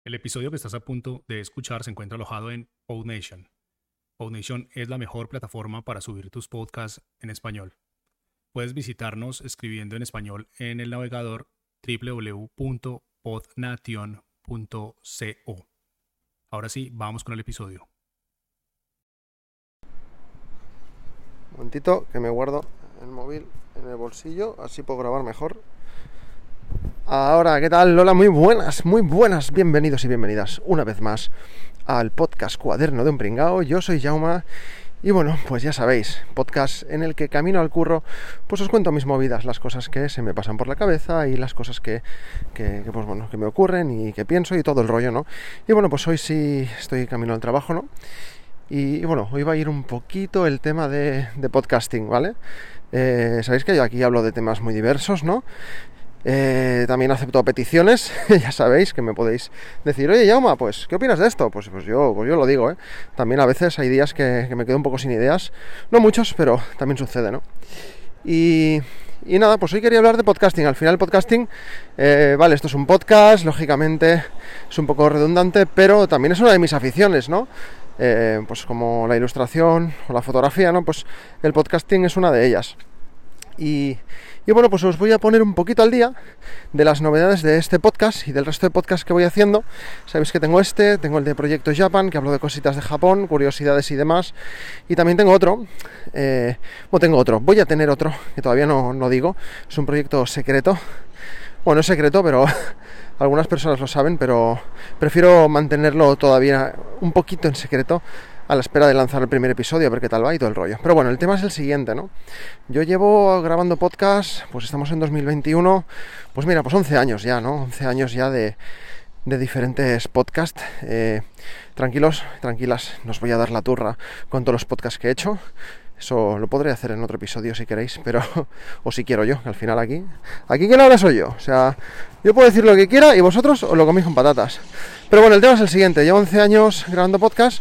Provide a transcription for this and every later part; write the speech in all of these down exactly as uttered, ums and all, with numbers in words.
El episodio que estás a punto de escuchar se encuentra alojado en PodNation. PodNation es la mejor plataforma para subir tus podcasts en español. Puedes visitarnos escribiendo en español en el navegador doble u doble u doble u punto podnation punto co. Ahora sí, vamos con el episodio. Un momentito que me guardo el móvil en el bolsillo, así puedo grabar mejor. Ahora, ¿qué tal? Hola, muy buenas, muy buenas, bienvenidos y bienvenidas una vez más al podcast Cuaderno de un Pringao. Yo soy Jauma y bueno, pues ya sabéis, podcast en el que camino al curro, pues os cuento mis movidas, las cosas que se me pasan por la cabeza y las cosas que, que, que pues bueno, que me ocurren y que pienso y todo el rollo, ¿no? Y bueno, pues hoy sí estoy camino al trabajo, ¿no? Y, y bueno, hoy va a ir un poquito el tema de, de podcasting, ¿vale? Eh, sabéis que yo aquí hablo de temas muy diversos, ¿no? Eh, también acepto peticiones, ya sabéis que me podéis decir, oye Jauma, pues ¿qué opinas de esto? Pues, pues, yo, pues yo lo digo, ¿eh? También a veces hay días que, que me quedo un poco sin ideas, no muchos, pero también sucede, ¿no? Y, y nada, pues hoy quería hablar de podcasting. Al final el podcasting, eh, vale, esto es un podcast, lógicamente es un poco redundante, pero también es una de mis aficiones, ¿no? Eh, pues como la ilustración o la fotografía, ¿no? Pues el podcasting es una de ellas. Y, y bueno, pues os voy a poner un poquito al día de las novedades de este podcast y del resto de podcasts que voy haciendo. Sabéis que tengo este, tengo el de Proyecto Japan, que hablo de cositas de Japón, curiosidades y demás. Y también tengo otro, eh, bueno, tengo otro, voy a tener otro, que todavía no, no digo, es un proyecto secreto. Bueno, es secreto, pero algunas personas lo saben, pero prefiero mantenerlo todavía un poquito en secreto a la espera de lanzar el primer episodio, a ver qué tal va y todo el rollo. Pero bueno, el tema es el siguiente, ¿no? Yo llevo grabando podcast, pues estamos en dos mil veintiuno, pues mira, pues once años ya, ¿no? once años ya de, de diferentes podcasts. Eh, tranquilos, tranquilas, no os voy a dar la turra con todos los podcasts que he hecho. Eso lo podré hacer en otro episodio si queréis, pero o si quiero yo, que al final aquí aquí quien habla soy yo, o sea, yo puedo decir lo que quiera y vosotros os lo coméis con patatas. Pero bueno, el tema es el siguiente, llevo once años grabando podcast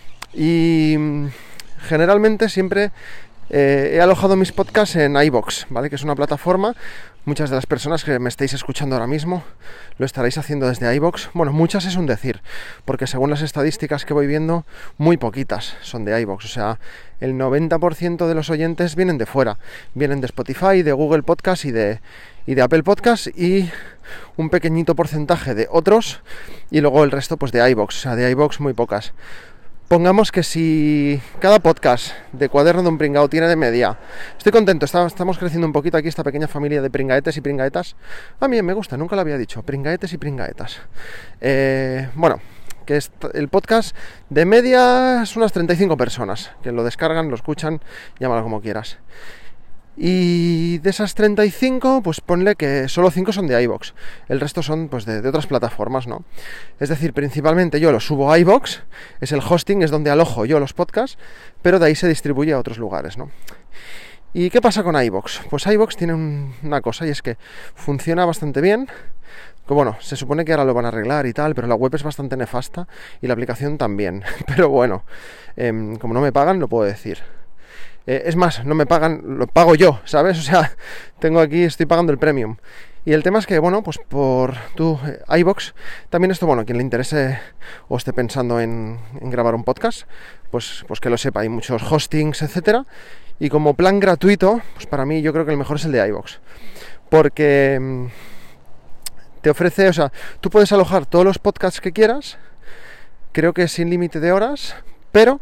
y generalmente siempre eh, he alojado mis podcasts en iVoox, ¿vale? Que es una plataforma. Muchas de las personas que me estáis escuchando ahora mismo lo estaréis haciendo desde iVoox. Bueno, muchas es un decir, porque según las estadísticas que voy viendo, muy poquitas son de iVoox. O sea, el noventa por ciento de los oyentes vienen de fuera. Vienen de Spotify, de Google Podcast y de, y de Apple Podcast, y un pequeñito porcentaje de otros, y luego el resto pues de iVoox. O sea, de iVoox muy pocas. Pongamos que si cada podcast de Cuaderno de un Pringao tiene de media, estoy contento, estamos creciendo un poquito aquí esta pequeña familia de pringaetes y pringaetas. A mí me gusta, nunca lo había dicho, pringaetes y pringaetas. Eh, bueno, que es el podcast de media es unas treinta y cinco personas que lo descargan, lo escuchan, llámalo como quieras. Y de esas treinta y cinco, pues ponle que solo cinco son de iVoox. El resto son pues de, de otras plataformas, ¿no? Es decir, principalmente yo los subo a iVoox, es el hosting, es donde alojo yo los podcasts, pero de ahí se distribuye a otros lugares, ¿no? ¿Y qué pasa con iVoox? Pues iVoox tiene un, una cosa, y es que funciona bastante bien. Que bueno, se supone que ahora lo van a arreglar y tal, pero la web es bastante nefasta y la aplicación también. Pero bueno, eh, como no me pagan, lo puedo decir. Eh, es más, no me pagan, lo pago yo, ¿sabes? O sea, tengo aquí, estoy pagando el premium. Y el tema es que, bueno, pues por tu eh, iVoox, también esto, bueno, quien le interese o esté pensando en, en grabar un podcast, pues, pues que lo sepa, hay muchos hostings, etcétera. Y como plan gratuito, pues para mí yo creo que el mejor es el de iVoox. Porque mmm, te ofrece, o sea, tú puedes alojar todos los podcasts que quieras, creo que sin límite de horas, pero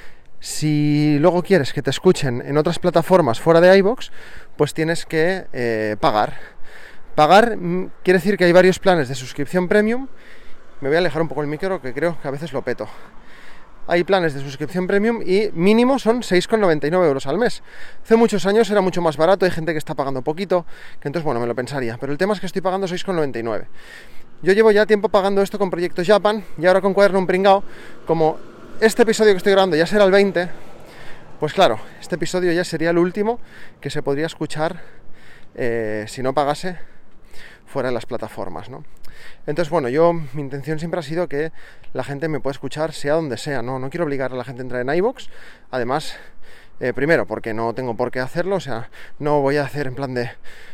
si luego quieres que te escuchen en otras plataformas fuera de iVoox, pues tienes que eh, pagar. Pagar mm, quiere decir que hay varios planes de suscripción premium. Me voy a alejar un poco el micro, que creo que a veces lo peto. Hay planes de suscripción premium y mínimo son seis con noventa y nueve euros al mes. Hace muchos años era mucho más barato, hay gente que está pagando poquito, que entonces bueno, me lo pensaría. Pero el tema es que estoy pagando seis con noventa y nueve. Yo llevo ya tiempo pagando esto con Proyecto Japan y ahora con Cuaderno un Pringao, como este episodio que estoy grabando ya será el veinte, pues claro, este episodio ya sería el último que se podría escuchar eh, si no pagase fuera de las plataformas, ¿no? Entonces, bueno, yo, mi intención siempre ha sido que la gente me pueda escuchar sea donde sea, ¿no? No quiero obligar a la gente a entrar en iVoox, además, eh, primero, porque no tengo por qué hacerlo, o sea, no voy a hacer en plan de,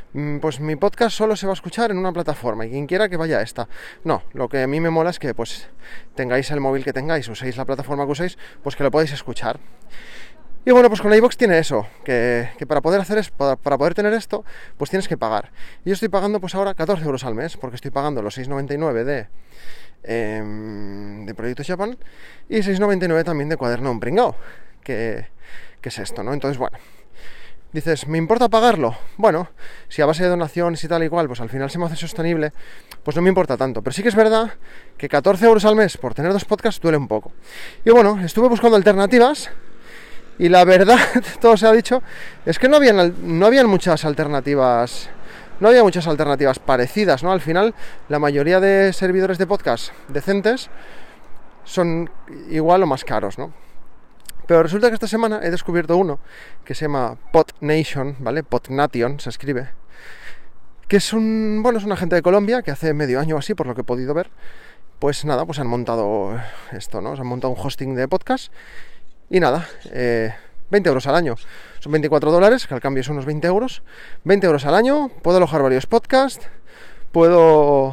pues mi podcast solo se va a escuchar en una plataforma y quien quiera que vaya a esta. No, lo que a mí me mola es que pues tengáis el móvil que tengáis, uséis la plataforma que uséis, pues que lo podáis escuchar. Y bueno, pues con iVoox tiene eso, que, que para poder hacer es, para, para poder tener esto, pues tienes que pagar. Y yo estoy pagando pues ahora catorce euros al mes, porque estoy pagando los seis noventa y nueve de, eh, de Proyecto Japan y seis noventa y nueve también de Cuaderno un Pringao, que, que es esto, ¿no? Entonces, bueno, dices, ¿me importa pagarlo? Bueno, si a base de donaciones y tal y cual, pues al final se me hace sostenible, pues no me importa tanto. Pero sí que es verdad que catorce euros al mes por tener dos podcasts duele un poco. Y bueno, estuve buscando alternativas. Y la verdad, todo se ha dicho, es que no habían, no habían muchas alternativas, no había muchas alternativas parecidas, ¿no? Al final, la mayoría de servidores de podcast decentes son igual o más caros, ¿no? Pero resulta que esta semana he descubierto uno que se llama PodNation, ¿vale? PodNation se escribe, que es un, bueno, es una gente de Colombia que hace medio año o así, por lo que he podido ver, pues nada, pues han montado esto, ¿no? Se han montado un hosting de podcast. Y nada, eh, veinte euros al año. Son veinticuatro dólares, que al cambio son unos veinte euros. veinte euros al año, puedo alojar varios podcasts, puedo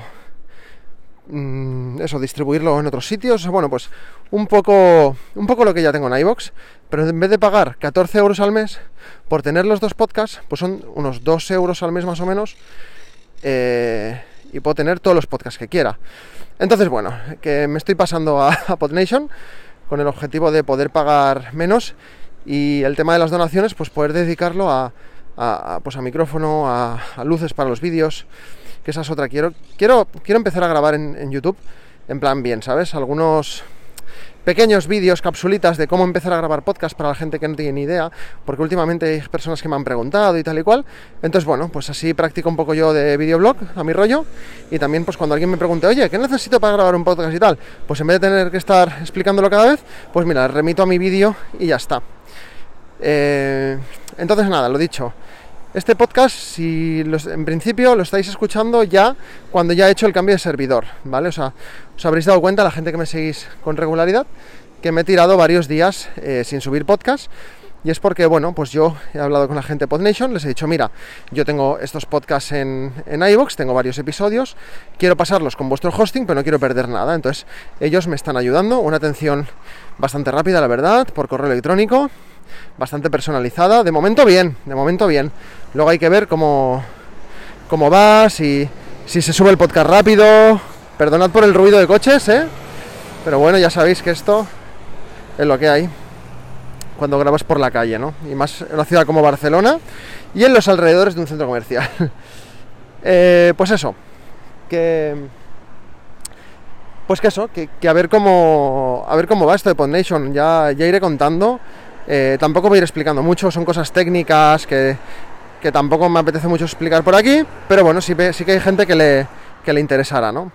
mmm, eso, distribuirlo en otros sitios. Bueno, pues un poco, un poco lo que ya tengo en iVoox, pero en vez de pagar catorce euros al mes por tener los dos podcasts, pues son unos dos euros al mes más o menos, eh, y puedo tener todos los podcasts que quiera. Entonces, bueno, que me estoy pasando a, a PodNation, con el objetivo de poder pagar menos y el tema de las donaciones, pues poder dedicarlo a, a, a, pues a micrófono, a, a luces para los vídeos, que esa es otra. Quiero, quiero, quiero empezar a grabar en, en YouTube, en plan bien, ¿sabes? Algunos pequeños vídeos, capsulitas de cómo empezar a grabar podcast para la gente que no tiene ni idea, porque últimamente hay personas que me han preguntado y tal y cual. Entonces, bueno, pues así practico un poco yo de videoblog a mi rollo, y también pues cuando alguien me pregunte, oye, ¿qué necesito para grabar un podcast y tal? Pues en vez de tener que estar explicándolo cada vez, pues mira, remito a mi vídeo y ya está. Eh, entonces nada, lo dicho. Este podcast, si los, en principio lo estáis escuchando ya cuando ya he hecho el cambio de servidor, ¿vale? O sea, os habréis dado cuenta, la gente que me seguís con regularidad, que me he tirado varios días eh, sin subir podcast. Y es porque, bueno, pues yo he hablado con la gente de PodNation, les he dicho, mira, yo tengo estos podcasts en, en iVoox, tengo varios episodios, quiero pasarlos con vuestro hosting, pero no quiero perder nada. Entonces, ellos me están ayudando, una atención bastante rápida, la verdad, por correo electrónico, bastante personalizada. De momento bien, de momento bien. Luego hay que ver cómo, cómo va, si, si se sube el podcast rápido. Perdonad por el ruido de coches, ¿eh? Pero bueno, ya sabéis que esto es lo que hay cuando grabas por la calle, ¿no? Y más en una ciudad como Barcelona y en los alrededores de un centro comercial. eh, pues eso, que... Pues que eso, que, que a ver cómo a ver cómo va esto de PodNation. Ya, ya iré contando. Eh, tampoco voy a ir explicando mucho, son cosas técnicas que, que tampoco me apetece mucho explicar por aquí, pero bueno, sí, sí que hay gente que le, que le interesará, ¿no?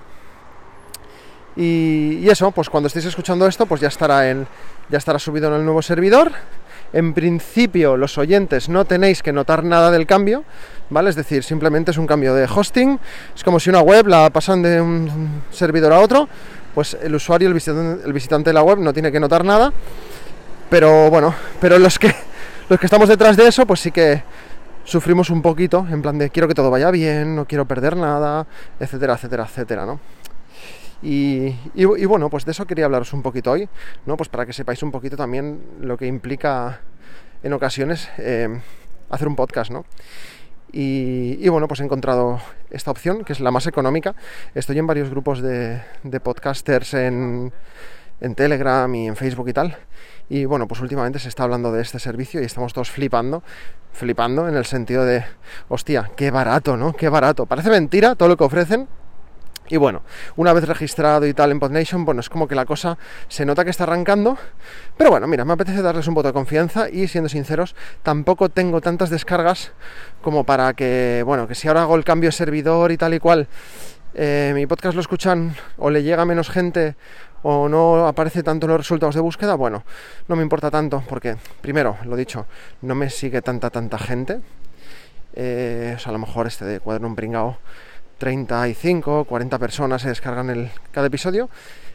Y, y eso, pues cuando estéis escuchando esto, pues ya estará, en, ya estará subido en el nuevo servidor. En principio, los oyentes no tenéis que notar nada del cambio, ¿vale? Es decir, simplemente es un cambio de hosting. Es como si una web la pasan de un servidor a otro, pues el usuario, el visitante, el visitante de la web no tiene que notar nada. Pero bueno, pero los que los que estamos detrás de eso, pues sí que sufrimos un poquito, en plan de quiero que todo vaya bien, no quiero perder nada, etcétera, etcétera, etcétera, ¿no? Y, y, y bueno, pues de eso quería hablaros un poquito hoy, ¿no? Pues para que sepáis un poquito también lo que implica en ocasiones eh, hacer un podcast, ¿no? Y, y bueno, pues he encontrado esta opción, que es la más económica. Estoy en varios grupos de, de podcasters en, en Telegram y en Facebook y tal. Y bueno, pues últimamente se está hablando de este servicio y estamos todos flipando, flipando en el sentido de, hostia, qué barato, ¿no? Qué barato. Parece mentira todo lo que ofrecen. Y bueno, una vez registrado y tal en PodNation, bueno, es como que la cosa se nota que está arrancando. Pero bueno, mira, me apetece darles un voto de confianza y, siendo sinceros, tampoco tengo tantas descargas como para que, bueno, que si ahora hago el cambio de servidor y tal y cual, eh, mi podcast lo escuchan o le llega menos gente o no aparece tanto en los resultados de búsqueda, bueno, no me importa tanto porque, primero, lo dicho, no me sigue tanta, tanta gente. Eh, o sea, a lo mejor este de Cuaderno un Pringao, treinta y cinco, cuarenta personas se descargan el, cada episodio.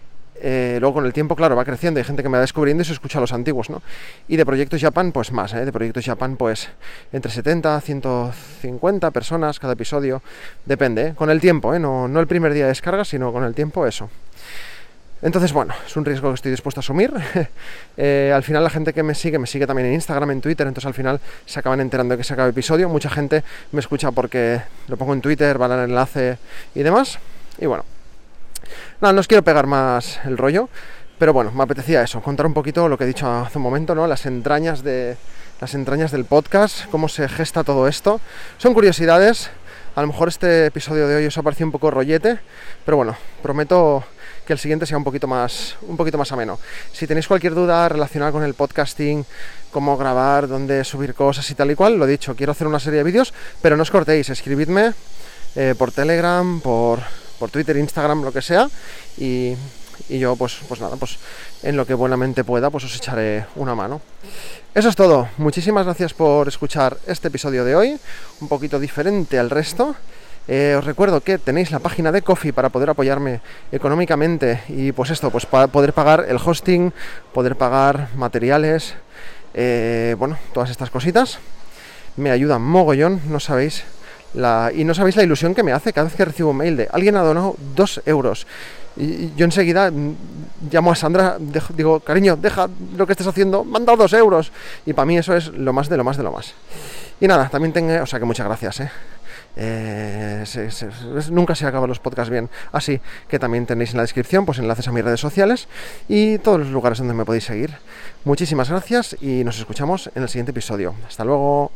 Eh, luego con el tiempo, claro, va creciendo, hay gente que me va descubriendo y se escucha a los antiguos, ¿no? Y de Proyectos Japan, pues más, ¿eh? De Proyectos Japan, pues entre setenta, ciento cincuenta personas cada episodio, depende, ¿eh? Con el tiempo, ¿eh? No, no el primer día de descarga, sino con el tiempo, eso. Entonces, bueno, es un riesgo que estoy dispuesto a asumir. eh, al final la gente que me sigue, me sigue también en Instagram, en Twitter, entonces al final se acaban enterando de que se acaba el episodio. Mucha gente me escucha porque lo pongo en Twitter, van al enlace y demás. Y bueno, nada, no os quiero pegar más el rollo, pero bueno, me apetecía eso, contar un poquito lo que he dicho hace un momento, ¿no? Las entrañas de las entrañas del podcast, cómo se gesta todo esto. Son curiosidades. A lo mejor este episodio de hoy os ha parecido un poco rollete, pero bueno, prometo que el siguiente sea un poquito más un poquito más ameno. Si tenéis cualquier duda relacionada con el podcasting, cómo grabar, dónde subir cosas y tal y cual, lo dicho, quiero hacer una serie de vídeos, pero no os cortéis, escribidme eh, por Telegram, por, por Twitter, Instagram, lo que sea, y, y yo pues, pues nada, pues en lo que buenamente pueda, pues os echaré una mano. Eso es todo. Muchísimas gracias por escuchar este episodio de hoy, un poquito diferente al resto. Eh, os recuerdo que tenéis la página de Ko-fi para poder apoyarme económicamente y pues esto, pues para poder pagar el hosting, poder pagar materiales, eh, bueno, todas estas cositas. Me ayudan mogollón, no sabéis la, y no sabéis la ilusión que me hace cada vez que recibo un mail de alguien ha donado dos euros. Y yo enseguida llamo a Sandra, dejo, digo, cariño, deja lo que estés haciendo, me han dado dos euros. Y para mí eso es lo más de lo más de lo más. Y nada, también tengo, o sea que muchas gracias, eh. Eh, se, se, nunca se acaban los podcasts bien, así que también tenéis en la descripción pues enlaces a mis redes sociales y todos los lugares donde me podéis seguir. Muchísimas gracias y nos escuchamos en el siguiente episodio. Hasta luego.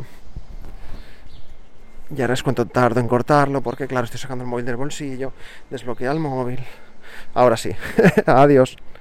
Y ahora es cuánto tardo en cortarlo porque claro, estoy sacando el móvil del bolsillo, desbloquea el móvil. Ahora sí. Adiós.